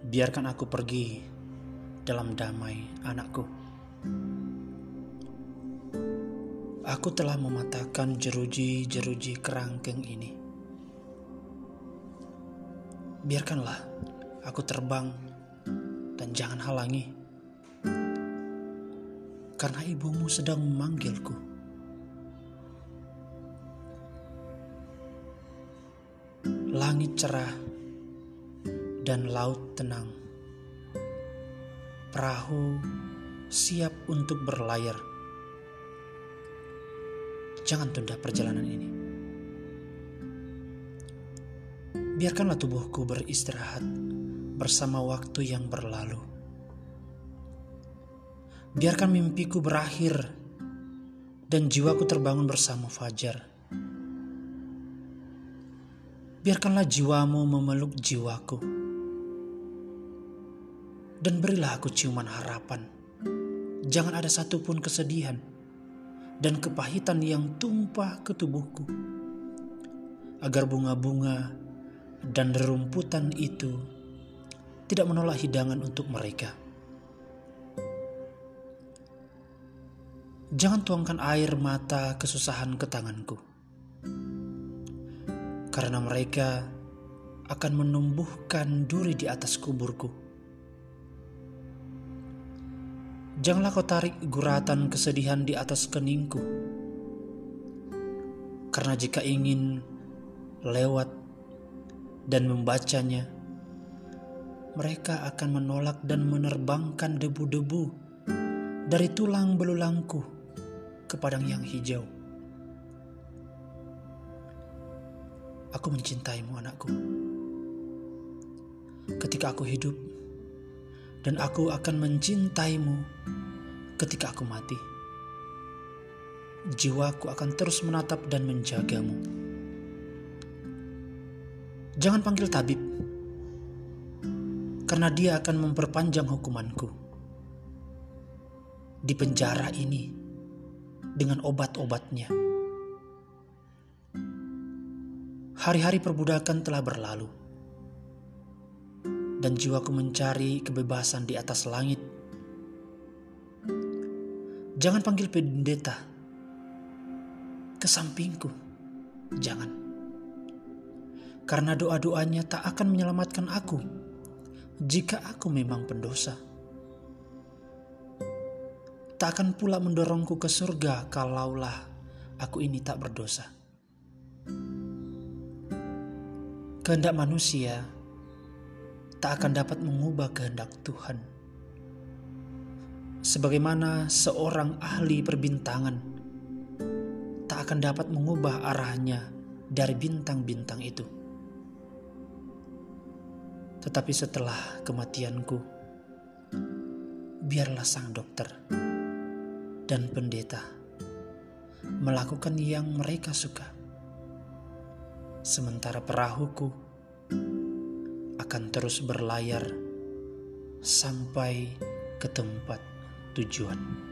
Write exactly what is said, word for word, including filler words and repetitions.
Biarkan aku pergi dalam damai, anakku. Aku telah mematahkan jeruji-jeruji kerangkeng ini. Biarkanlah aku terbang dan jangan halangi, karena ibumu sedang memanggilku. Langit cerah dan laut tenang. Perahu siap untuk berlayar. Jangan tunda perjalanan ini. Biarkanlah tubuhku beristirahat bersama waktu yang berlalu. Biarkan mimpiku berakhir dan jiwaku terbangun bersama fajar. Biarkanlah jiwamu memeluk jiwaku, dan berilah aku ciuman harapan. Jangan ada satupun kesedihan dan kepahitan yang tumpah ke tubuhku, agar bunga-bunga dan rerumputan itu tidak menolak hidangan untuk mereka. Jangan tuangkan air mata kesusahan ke tanganku, karena mereka akan menumbuhkan duri di atas kuburku. Janganlah kau tarik guratan kesedihan di atas keningku, karena jika ingin lewat dan membacanya, mereka akan menolak dan menerbangkan debu-debu dari tulang belulangku ke padang yang hijau. Aku mencintaimu, anakku. Ketika aku hidup, dan aku akan mencintaimu ketika aku mati. Jiwaku akan terus menatap dan menjagamu. Jangan panggil tabib, karena dia akan memperpanjang hukumanku di penjara ini dengan obat-obatnya. Hari-hari perbudakan telah berlalu, dan jiwaku mencari kebebasan di atas langit. Jangan panggil pendeta ke sampingku, jangan. Karena doa-doanya tak akan menyelamatkan aku jika aku memang pendosa. Tak akan pula mendorongku ke surga kalaulah aku ini tak berdosa. Kehendak manusia tak akan dapat mengubah kehendak Tuhan. Sebagaimana seorang ahli perbintangan tak akan dapat mengubah arahnya dari bintang-bintang itu. Tetapi setelah kematianku, biarlah sang dokter dan pendeta melakukan yang mereka suka, sementara perahuku akan terus berlayar sampai ke tempat tujuan.